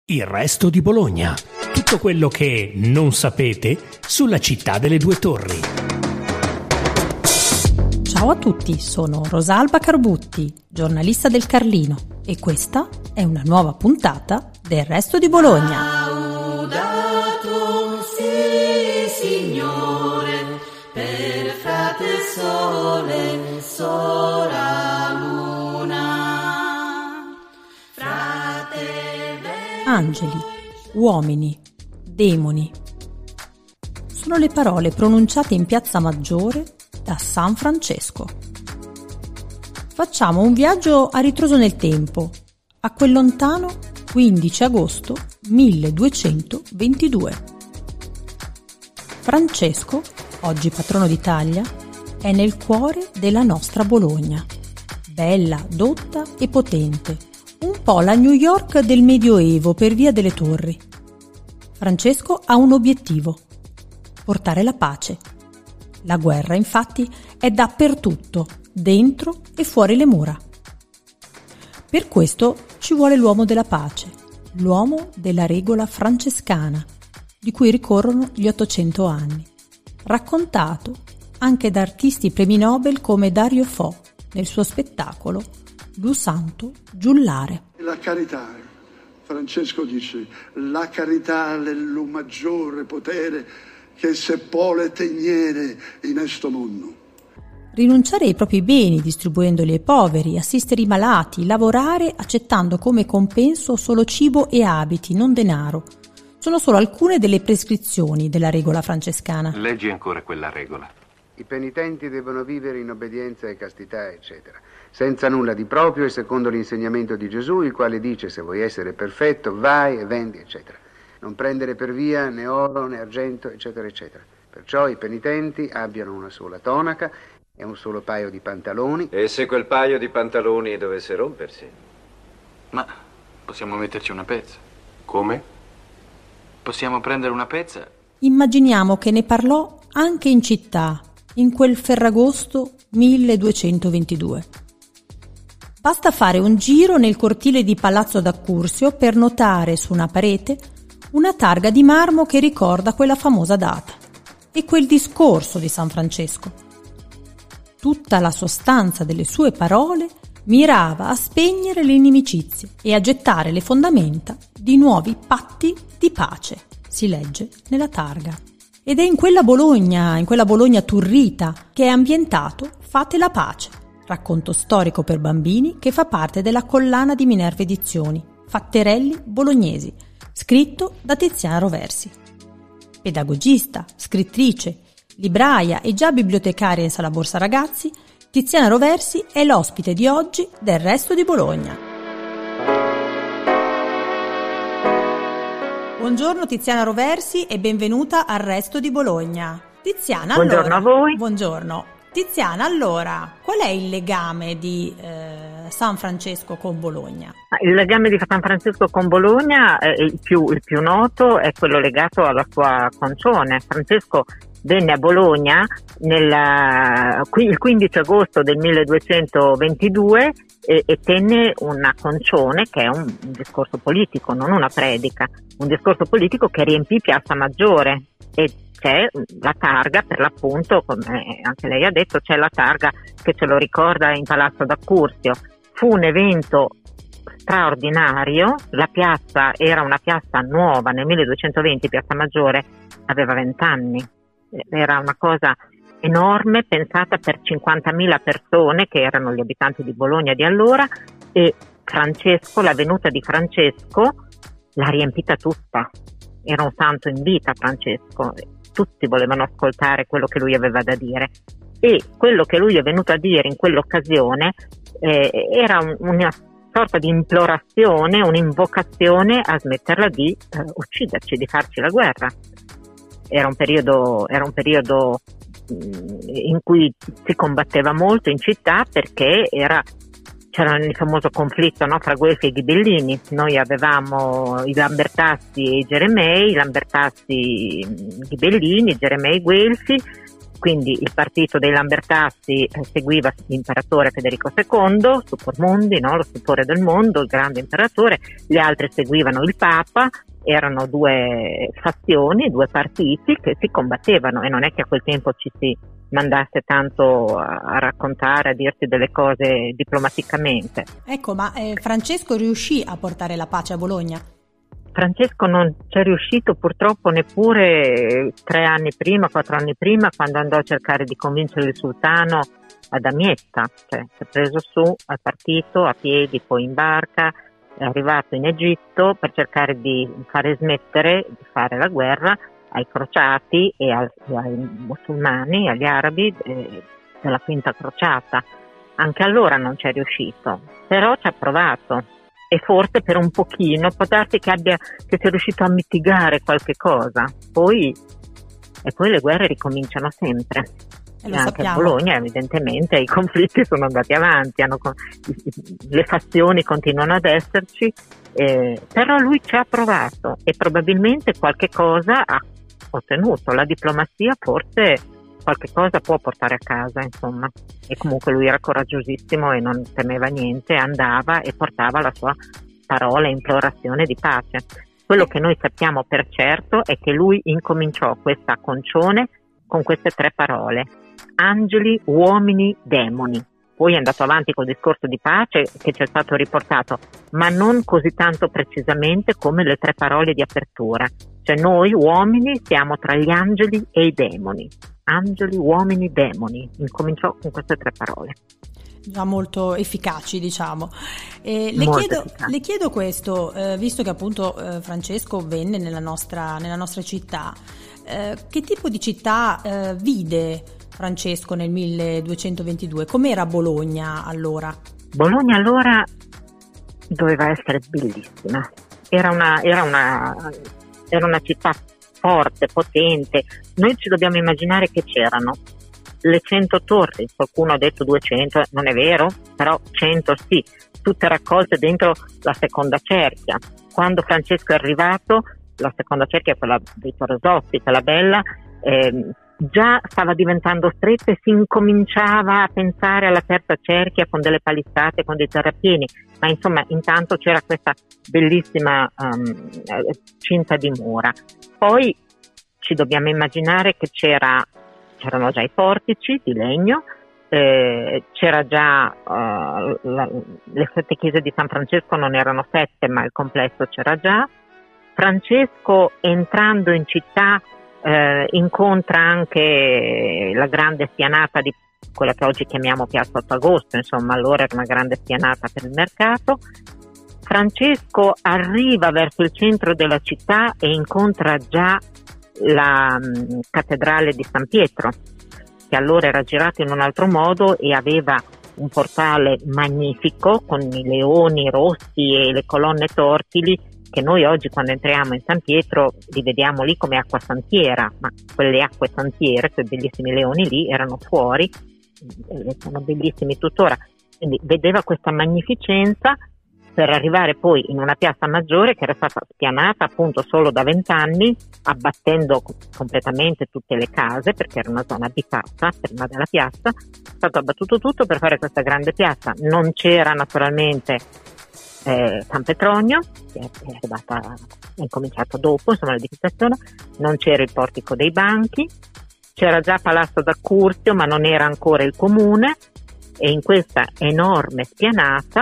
Il resto di Bologna. Tutto quello che non sapete sulla città delle due torri. Ciao a tutti, sono Rosalba Carbutti, giornalista del Carlino, e questa è una nuova puntata del Resto di Bologna. Laudato si Signore, per frate sole, sola luna. Angeli, uomini, demoni. Sono le parole pronunciate in Piazza Maggiore da San Francesco. Facciamo un viaggio a ritroso nel tempo, a quel lontano 15 agosto 1222. Francesco, oggi patrono d'Italia, è nel cuore della nostra Bologna, bella, dotta e potente, un po' la New York del Medioevo per via delle torri. Francesco ha un obiettivo: portare la pace. La guerra, infatti, è dappertutto, dentro e fuori le mura. Per questo ci vuole l'uomo della pace, l'uomo della regola francescana, di cui ricorrono gli 800 anni, raccontato anche da artisti premi Nobel come Dario Fo nel suo spettacolo Lu santo giullare. La carità, Francesco dice, la carità è il maggiore potere che se vuole tenere in questo mondo. Rinunciare ai propri beni distribuendoli ai poveri, assistere i malati, lavorare accettando come compenso solo cibo e abiti, non denaro. Sono solo alcune delle prescrizioni della regola francescana. Leggi ancora quella regola. I penitenti devono vivere in obbedienza e castità, eccetera, senza nulla di proprio e secondo l'insegnamento di Gesù, il quale dice: se vuoi essere perfetto, vai e vendi, eccetera. Non prendere per via né oro né argento, eccetera, eccetera. Perciò i penitenti abbiano una sola tonaca e un solo paio di pantaloni. E se quel paio di pantaloni dovesse rompersi? Ma possiamo metterci una pezza. Come? Possiamo prendere una pezza. Immaginiamo che ne parlò anche in città, in quel Ferragosto 1222. Basta fare un giro nel cortile di Palazzo d'Accursio per notare su una parete una targa di marmo che ricorda quella famosa data e quel discorso di San Francesco. Tutta la sostanza delle sue parole mirava a spegnere le inimicizie e a gettare le fondamenta di nuovi patti di pace, si legge nella targa. Ed è in quella Bologna turrita, che è ambientato Fate la pace, racconto storico per bambini che fa parte della collana di Minerva Edizioni, Fatterelli Bolognesi, scritto da Tiziana Roversi. Pedagogista, scrittrice, libraia e già bibliotecaria in Sala Borsa Ragazzi, Tiziana Roversi è l'ospite di oggi del Resto di Bologna. Buongiorno Tiziana Roversi e benvenuta al Resto di Bologna. Tiziana, buongiorno a voi. Buongiorno. Tiziana, allora, qual è il legame di San Francesco con Bologna? Il legame di San Francesco con Bologna, il più noto, è quello legato alla sua concione. Francesco venne a Bologna il 15 agosto del 1222 e tenne una concione che è un discorso politico, non una predica, un discorso politico che riempì Piazza Maggiore, e c'è la targa, per l'appunto, come anche lei ha detto, c'è la targa che ce lo ricorda in Palazzo d'Accursio. Fu un evento straordinario, la piazza era una piazza nuova, nel 1220 Piazza Maggiore aveva 20 anni, era una cosa enorme, pensata per 50.000 persone che erano gli abitanti di Bologna di allora, e Francesco, la venuta di Francesco l'ha riempita tutta. Era un santo in vita Francesco, tutti volevano ascoltare quello che lui aveva da dire, e quello che lui è venuto a dire in quell'occasione era una sorta di implorazione, un'invocazione a smetterla di ucciderci, di farci la guerra. Era un periodo in cui si combatteva molto in città, perché c'era il famoso conflitto, no, fra Guelfi e Ghibellini. Noi avevamo i Lambertassi e i Geremei, i Lambertassi Ghibellini, i Geremei Guelfi, quindi il partito dei Lambertassi seguiva l'imperatore Federico II, Stupor Mundi, no? Lo stupore del mondo, il grande imperatore, gli altri seguivano il Papa. Erano due fazioni, due partiti che si combattevano, e non è che a quel tempo ci si mandasse tanto a raccontare, a dirsi delle cose diplomaticamente. Ecco, ma Francesco riuscì a portare la pace a Bologna? Francesco non c'è riuscito purtroppo neppure 3 anni prima, 4 anni prima, quando andò a cercare di convincere il sultano a Damietta, cioè si è preso su al partito a piedi, poi in barca, è arrivato in Egitto per cercare di fare smettere di fare la guerra ai crociati e ai musulmani, agli arabi della quinta crociata. Anche allora non c'è riuscito, però ci ha provato, e forse per un pochino può darsi che sia riuscito a mitigare qualche cosa. Poi le guerre ricominciano sempre. Lo anche sappiamo. a Bologna evidentemente i conflitti sono andati avanti, le fazioni continuano ad esserci, però lui ci ha provato e probabilmente qualche cosa ha ottenuto. La diplomazia forse qualche cosa può portare a casa, insomma, e comunque lui era coraggiosissimo e non temeva niente, andava e portava la sua parola, implorazione di pace. Quello che noi sappiamo per certo è che lui incominciò questa concione con queste 3 parole: angeli, uomini, demoni. Poi è andato avanti col discorso di pace che ci è stato riportato, ma non così tanto precisamente come le 3 parole di apertura. Cioè noi uomini siamo tra gli angeli e i demoni. Angeli, uomini, demoni. Incominciò con queste 3 parole. Già molto efficaci, diciamo. Le chiedo questo, visto che appunto Francesco venne nella nostra città, che tipo di città vide Francesco nel 1222? Com'era Bologna allora? Bologna allora doveva essere bellissima. Era una città forte, potente. Noi ci dobbiamo immaginare che c'erano le 100 torri, qualcuno ha detto 200, non è vero, però 100 sì, tutte raccolte dentro la seconda cerchia. Quando Francesco è arrivato, la seconda cerchia, quella dei Torosossi, quella bella, già stava diventando stretta e si incominciava a pensare alla terza cerchia con delle palissate, con dei terrapieni, ma insomma intanto c'era questa bellissima cinta di mura. Poi ci dobbiamo immaginare che c'erano già i portici di legno, c'era già le 7 chiese di San Francesco, non erano 7 ma il complesso c'era già. Francesco, entrando in città, incontra anche la grande spianata di quella che oggi chiamiamo Piazza 8 Agosto, insomma allora era una grande spianata per il mercato. Francesco arriva verso il centro della città e incontra già la cattedrale di San Pietro, che allora era girato in un altro modo e aveva un portale magnifico con i leoni rossi e le colonne tortili, che noi oggi quando entriamo in San Pietro li vediamo lì come acqua santiera, ma quelle acque santiere, quei bellissimi leoni lì erano fuori e sono bellissimi tuttora. Quindi vedeva questa magnificenza, per arrivare poi in una piazza maggiore che era stata spianata appunto solo da 20 anni, abbattendo completamente tutte le case perché era una zona abitata prima della piazza. È stato abbattuto tutto per fare questa grande piazza. Non c'era naturalmente San Petronio, che è incominciato dopo, insomma l'edificazione, non c'era il portico dei Banchi, c'era già Palazzo d'Accursio ma non era ancora il comune, e in questa enorme spianata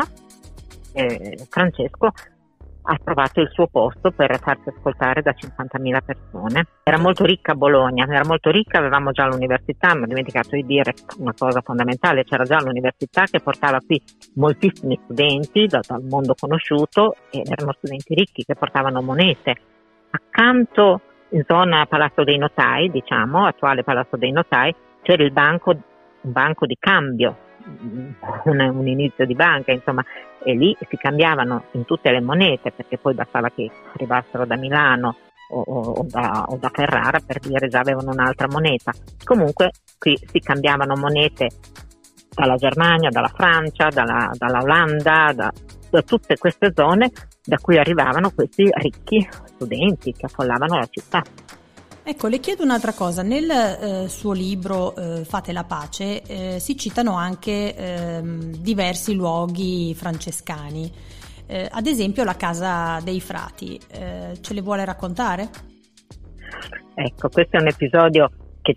Francesco ha trovato il suo posto per farsi ascoltare da 50.000 persone. Era molto ricca Bologna, era molto ricca, avevamo già l'università, ma ho dimenticato di dire una cosa fondamentale: c'era già l'università che portava qui moltissimi studenti dal mondo conosciuto, e erano studenti ricchi che portavano monete. Accanto, in zona Palazzo dei Notai, diciamo, attuale Palazzo dei Notai, c'era un banco di cambio, un inizio di banca, insomma, e lì si cambiavano in tutte le monete, perché poi bastava che arrivassero da Milano o da Ferrara, per dire, già avevano un'altra moneta. Comunque qui si cambiavano monete dalla Germania, dalla Francia, dalla Olanda, da tutte queste zone da cui arrivavano questi ricchi studenti che affollavano la città. Ecco, le chiedo un'altra cosa. Nel suo libro Fate la pace si citano anche diversi luoghi francescani, ad esempio la Casa dei Frati. Ce le vuole raccontare? Ecco, questo è un episodio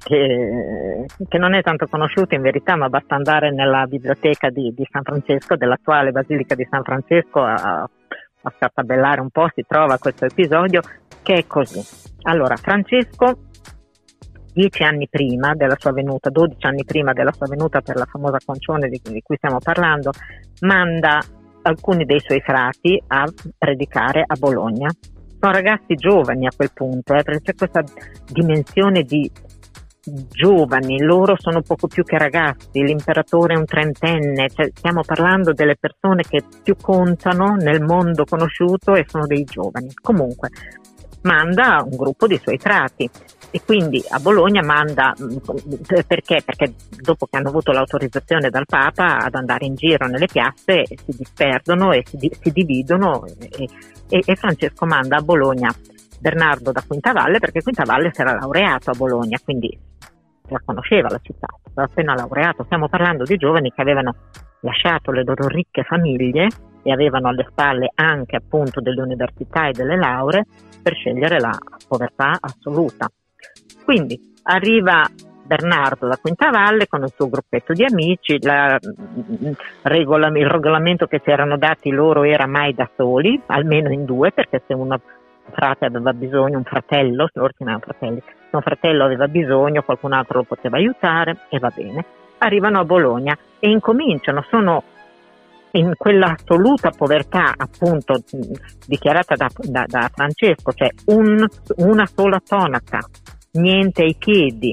che non è tanto conosciuto in verità, ma basta andare nella biblioteca di San Francesco, dell'attuale Basilica di San Francesco, a scartabellare un po', si trova questo episodio che è così. Allora, Francesco 10 anni prima della sua venuta, 12 anni prima della sua venuta per la famosa concione di cui stiamo parlando, manda alcuni dei suoi frati a predicare a Bologna. Sono ragazzi giovani a quel punto, perché c'è questa dimensione di giovani, loro sono poco più che ragazzi, l'imperatore è un trentenne, cioè stiamo parlando delle persone che più contano nel mondo conosciuto e sono dei giovani. Comunque manda un gruppo di suoi frati e quindi a Bologna manda, perché dopo che hanno avuto l'autorizzazione dal Papa ad andare in giro nelle piazze si disperdono e si dividono e Francesco manda a Bologna Bernardo da Quintavalle, perché Quintavalle si era laureato a Bologna, quindi la conosceva la città, era appena laureato. Stiamo parlando di giovani che avevano lasciato le loro ricche famiglie e avevano alle spalle anche appunto delle università e delle lauree per scegliere la povertà assoluta. Quindi arriva Bernardo da Quintavalle con il suo gruppetto di amici, il regolamento che si erano dati loro era mai da soli, almeno in due, perché se un frate aveva bisogno, un fratello, loro si chiamavano fratelli, se un fratello aveva bisogno qualcun altro lo poteva aiutare e va bene. Arrivano a Bologna e incominciano, sono in quella assoluta povertà appunto dichiarata da Francesco, cioè una sola tonaca, niente ai piedi,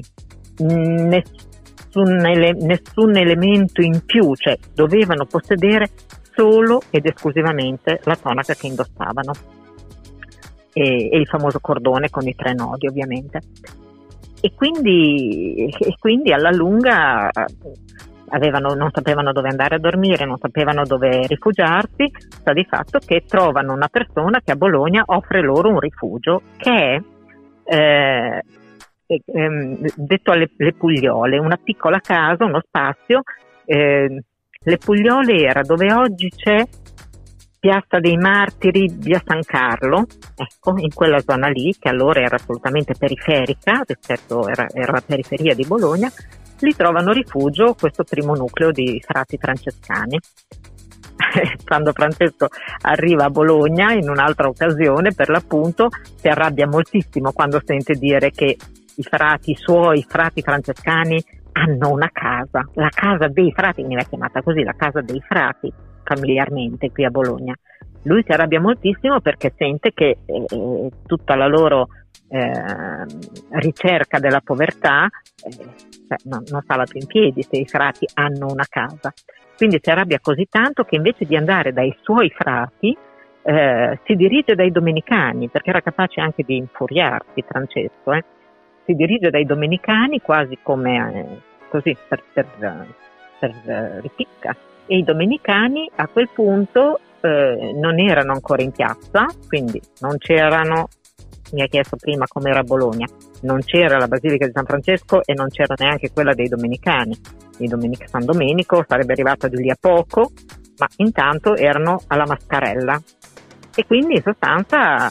nessun elemento in più, cioè dovevano possedere solo ed esclusivamente la tonaca che indossavano e il famoso cordone con i 3 nodi ovviamente. E quindi alla lunga non sapevano dove andare a dormire, non sapevano dove rifugiarsi. Sta di fatto che trovano una persona che a Bologna offre loro un rifugio che è detto Le Pugliole, una piccola casa, uno spazio. Le Pugliole era dove oggi c'è Piazza dei Martiri, via San Carlo, ecco, in quella zona lì, che allora era assolutamente periferica, rispetto era la periferia di Bologna. Lì trovano rifugio questo primo nucleo di frati francescani. Quando Francesco arriva a Bologna in un'altra occasione, per l'appunto, si arrabbia moltissimo quando sente dire che i suoi frati francescani hanno una casa, la casa dei frati, veniva chiamata così, la casa dei frati familiarmente qui a Bologna. Lui si arrabbia moltissimo perché sente che tutta la loro ricerca della povertà non stava più in piedi se i frati hanno una casa. Quindi si arrabbia così tanto che invece di andare dai suoi frati si dirige dai domenicani, perché era capace anche di infuriarsi Francesco, si dirige dai domenicani quasi come così per ripicca, e i domenicani a quel punto non erano ancora in piazza, quindi non c'erano, mi ha chiesto prima come era Bologna, non c'era la Basilica di San Francesco e non c'era neanche quella dei domenicani. San Domenico sarebbe arrivato di lì a poco, ma intanto erano alla Mascarella. E quindi in sostanza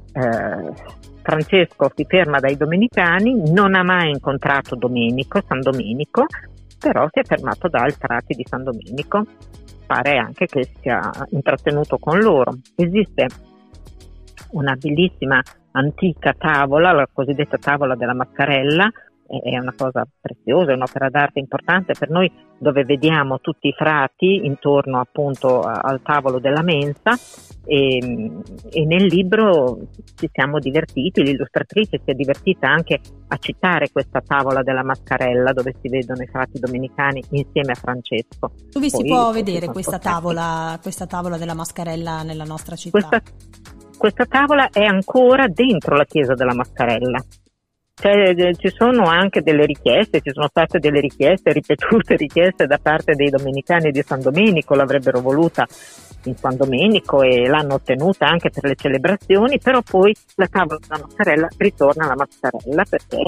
Francesco si ferma dai domenicani, non ha mai incontrato San Domenico, però si è fermato dai frati di San Domenico. Pare anche che sia intrattenuto con loro. Esiste una bellissima antica tavola, la cosiddetta tavola della Mascarella, è una cosa preziosa, è un'opera d'arte importante per noi, dove vediamo tutti i frati intorno appunto al tavolo della mensa e nel libro ci siamo divertiti, l'illustratrice si è divertita anche a citare questa tavola della Mascarella dove si vedono i frati domenicani insieme a Francesco. Dove si può vedere questa tavola della Mascarella nella nostra città? Questa tavola è ancora dentro la chiesa della Mascarella. Ci sono anche delle richieste, ci sono state delle richieste, ripetute richieste da parte dei domenicani di San Domenico, l'avrebbero voluta in San Domenico e l'hanno ottenuta anche per le celebrazioni, però poi la tavola della Mascarella ritorna alla Mascarella perché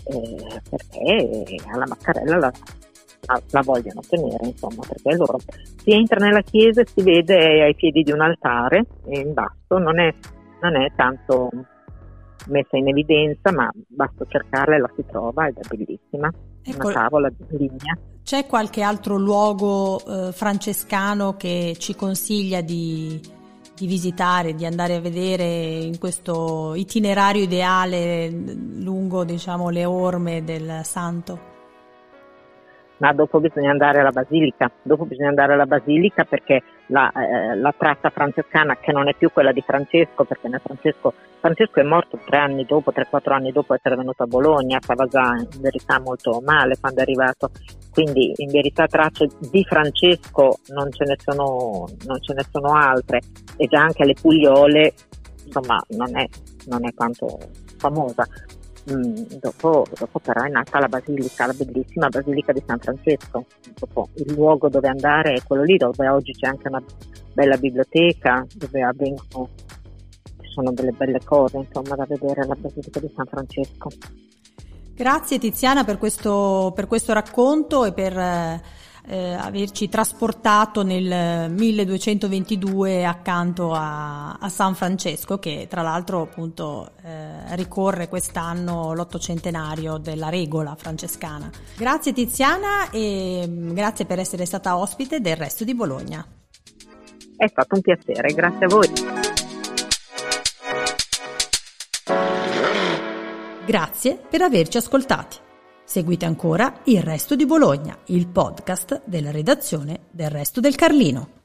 alla Mascarella la vogliono tenere, insomma, perché loro si entra nella chiesa e si vede ai piedi di un altare in basso, non è tanto messa in evidenza, ma basta cercarla e la si trova ed è bellissima. Ecco, una tavola di legna. C'è qualche altro luogo francescano che ci consiglia di visitare, di andare a vedere in questo itinerario ideale lungo, diciamo, le orme del santo? Ma dopo bisogna andare alla basilica, perché la tratta francescana, che non è più quella di Francesco, perché Francesco è morto 3-4 anni dopo essere venuto a Bologna, stava già in verità molto male quando è arrivato, quindi in verità tracce di Francesco non ce ne sono altre, e già anche le Pugliole, insomma, non è tanto famosa. Dopo però è nata la bellissima basilica di San Francesco. Dopo il luogo dove andare è quello lì, dove oggi c'è anche una bella biblioteca, dove ci sono delle belle cose, insomma, da vedere alla basilica di San Francesco. Grazie Tiziana per questo racconto e per averci trasportato nel 1222 accanto a San Francesco, che tra l'altro appunto ricorre quest'anno l'800° della regola francescana. Grazie Tiziana e grazie per essere stata ospite del Resto di Bologna. È stato un piacere, grazie a voi. Grazie per averci ascoltati. Seguite ancora Il Resto di Bologna, il podcast della redazione del Resto del Carlino.